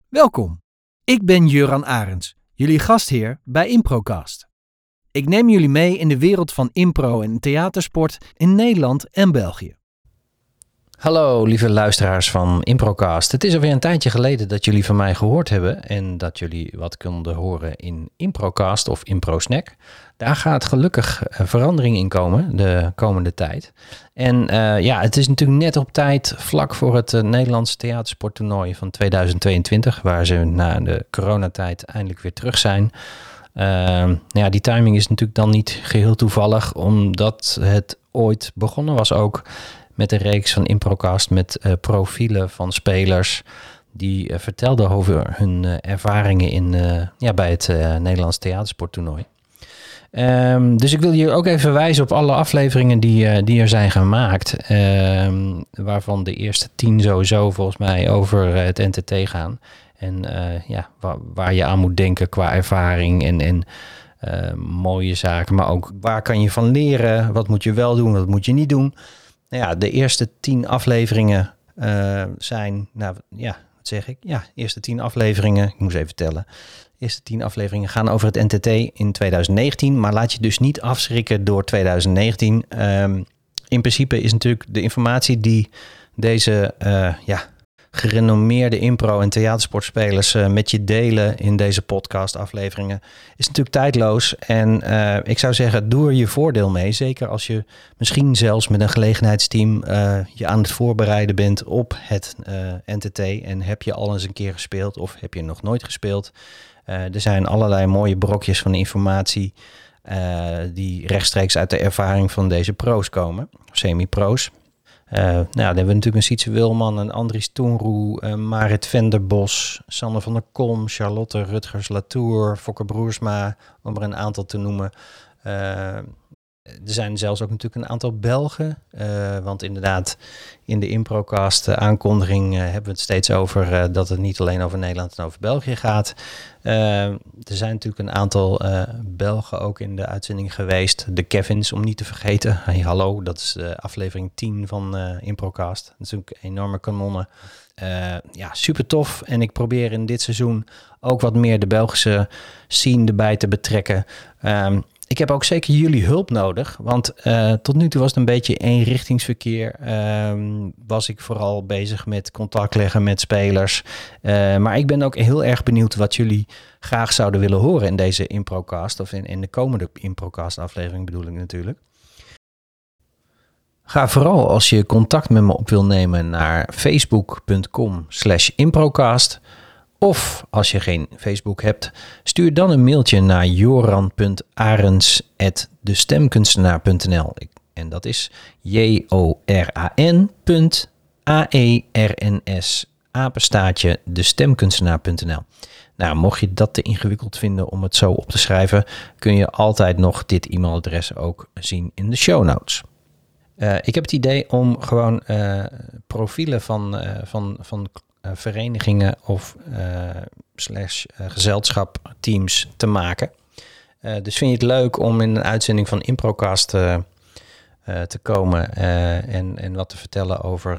Welkom, ik ben Jöran Arends, jullie gastheer bij Improcast. Ik neem jullie mee in de wereld van impro en theatersport in Nederland en België. Hallo lieve luisteraars van Improcast. Het is alweer een tijdje geleden dat jullie van mij gehoord hebben en dat jullie wat konden horen in Improcast of Improsnack. Daar gaat gelukkig verandering in komen de komende tijd. En het is natuurlijk net op tijd vlak voor het Nederlands theatersporttoernooi van 2022, waar ze na de coronatijd eindelijk weer terug zijn. Die timing is natuurlijk dan niet geheel toevallig, omdat het ooit begonnen was ook met een reeks van Improcast met profielen van spelers die vertelden over hun ervaringen bij het Nederlands theatersporttoernooi. Dus ik wil je ook even wijzen op alle afleveringen die er zijn gemaakt. Waarvan de eerste 10 sowieso volgens mij over het NTT gaan. En waar je aan moet denken qua ervaring en mooie zaken. Maar ook waar kan je van leren? Wat moet je wel doen? Wat moet je niet doen? Nou ja, de eerste 10 afleveringen zijn, eerste 10 afleveringen, ik moest even tellen. De eerste 10 afleveringen gaan over het NTT in 2019, maar laat je dus niet afschrikken door 2019. In principe is natuurlijk de informatie die deze gerenommeerde impro- en theatersportspelers met je delen in deze podcast-afleveringen is natuurlijk tijdloos. En ik zou zeggen, doe er je voordeel mee. Zeker als je misschien zelfs met een gelegenheidsteam je aan het voorbereiden bent op het NTT. En heb je al eens een keer gespeeld of heb je nog nooit gespeeld. Er zijn allerlei mooie brokjes van informatie die rechtstreeks uit de ervaring van deze pro's komen, semi-pro's. Dan hebben we natuurlijk een Sietse Wilman, een Andries Toenroe, Marit Venderbos, Sander van der Kom, Charlotte Rutgers-Latour, Fokker Broersma, om er een aantal te noemen. Er zijn zelfs ook natuurlijk een aantal Belgen, want inderdaad in de Improcast aankondiging hebben we het steeds over dat het niet alleen over Nederland en over België gaat. Er zijn natuurlijk een aantal Belgen ook in de uitzending geweest. De Kevins, om niet te vergeten. Hey, hallo, dat is aflevering 10 van Improcast. Dat is natuurlijk enorme kanonnen. Super tof. En ik probeer in dit seizoen ook wat meer de Belgische scene erbij te betrekken. Ik heb ook zeker jullie hulp nodig, want tot nu toe was het een beetje eenrichtingsverkeer. Was ik vooral bezig met contact leggen met spelers. Maar ik ben ook heel erg benieuwd wat jullie graag zouden willen horen in deze Improcast. Of in de komende Improcast aflevering bedoel ik natuurlijk. Ga vooral als je contact met me op wil nemen naar facebook.com/improcast. Of als je geen Facebook hebt, stuur dan een mailtje naar joran.arens@destemkunstenaar.nl. En dat is joran.aerns@destemkunstenaar.nl. Nou, mocht je dat te ingewikkeld vinden om het zo op te schrijven, kun je altijd nog dit e-mailadres ook zien in de show notes. Ik heb het idee om gewoon profielen van verenigingen of gezelschapteams te maken. Dus vind je het leuk om in een uitzending van Improcast te komen en wat te vertellen over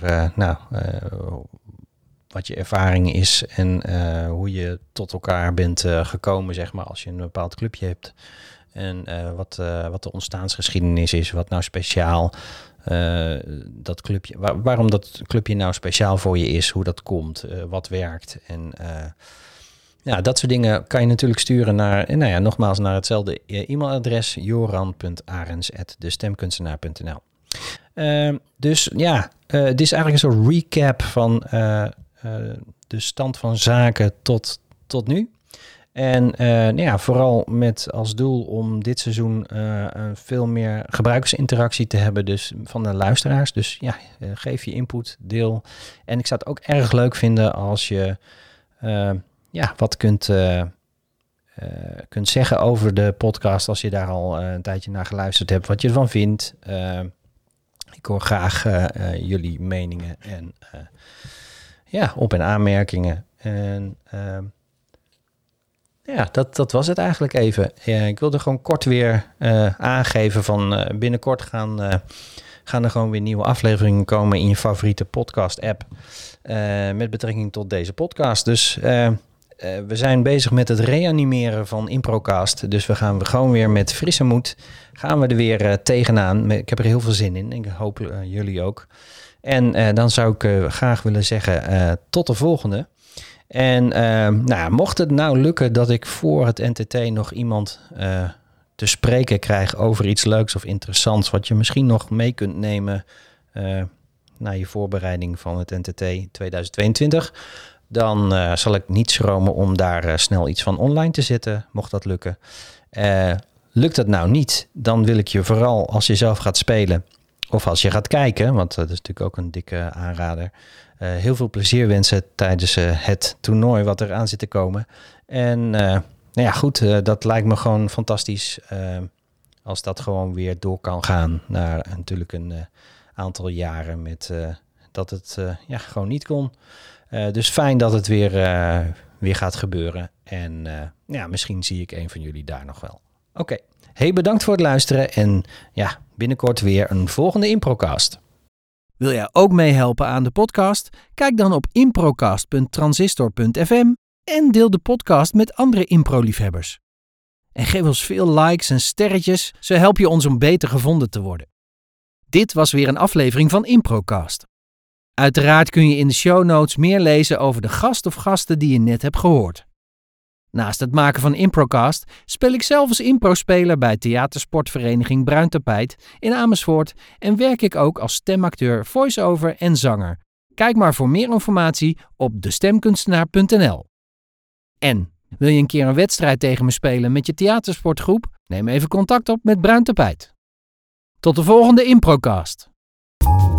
wat je ervaring is en hoe je tot elkaar bent gekomen, zeg maar, als je een bepaald clubje hebt. En wat de ontstaansgeschiedenis is, wat nou speciaal dat clubje, waarom dat clubje nou speciaal voor je is, hoe dat komt, wat werkt. En dat soort dingen kan je natuurlijk sturen naar, nogmaals, naar hetzelfde e-mailadres, joran.arens@destemkunstenaar.nl. Dit is eigenlijk een soort recap van de stand van zaken tot nu. En vooral met als doel om dit seizoen veel meer gebruikersinteractie te hebben, dus van de luisteraars. Dus geef je input, deel. En ik zou het ook erg leuk vinden als je wat kunt zeggen over de podcast, als je daar al een tijdje naar geluisterd hebt, wat je ervan vindt. Ik hoor graag jullie meningen en op- en aanmerkingen. En dat was het eigenlijk even. Ik wilde gewoon kort weer aangeven van binnenkort gaan er gewoon weer nieuwe afleveringen komen in je favoriete podcast-app met betrekking tot deze podcast. Dus we zijn bezig met het reanimeren van Improcast. Dus we gaan gewoon weer met frisse moed gaan we er weer tegenaan. Ik heb er heel veel zin in. Ik hoop jullie ook. En dan zou ik graag willen zeggen tot de volgende. En mocht het nou lukken dat ik voor het NTT nog iemand te spreken krijg over iets leuks of interessants, wat je misschien nog mee kunt nemen naar je voorbereiding van het NTT 2022, dan zal ik niet schromen om daar snel iets van online te zetten, mocht dat lukken. Lukt dat nou niet, dan wil ik je vooral als je zelf gaat spelen of als je gaat kijken, want dat is natuurlijk ook een dikke aanrader, heel veel plezier wensen tijdens het toernooi wat er aan zit te komen. En dat lijkt me gewoon fantastisch als dat gewoon weer door kan gaan naar natuurlijk een aantal jaren met dat het gewoon niet kon. Dus fijn dat het weer gaat gebeuren. En misschien zie ik een van jullie daar nog wel. Oké. Hey, bedankt voor het luisteren en binnenkort weer een volgende Improcast. Wil jij ook meehelpen aan de podcast? Kijk dan op improcast.transistor.fm en deel de podcast met andere impro-liefhebbers. En geef ons veel likes en sterretjes, zo help je ons om beter gevonden te worden. Dit was weer een aflevering van Improcast. Uiteraard kun je in de show notes meer lezen over de gast of gasten die je net hebt gehoord. Naast het maken van Improcast speel ik zelf als improspeler bij theatersportvereniging Bruin Tapijt in Amersfoort en werk ik ook als stemacteur, voice-over en zanger. Kijk maar voor meer informatie op destemkunstenaar.nl. En wil je een keer een wedstrijd tegen me spelen met je theatersportgroep? Neem even contact op met Bruin Tapijt. Tot de volgende Improcast.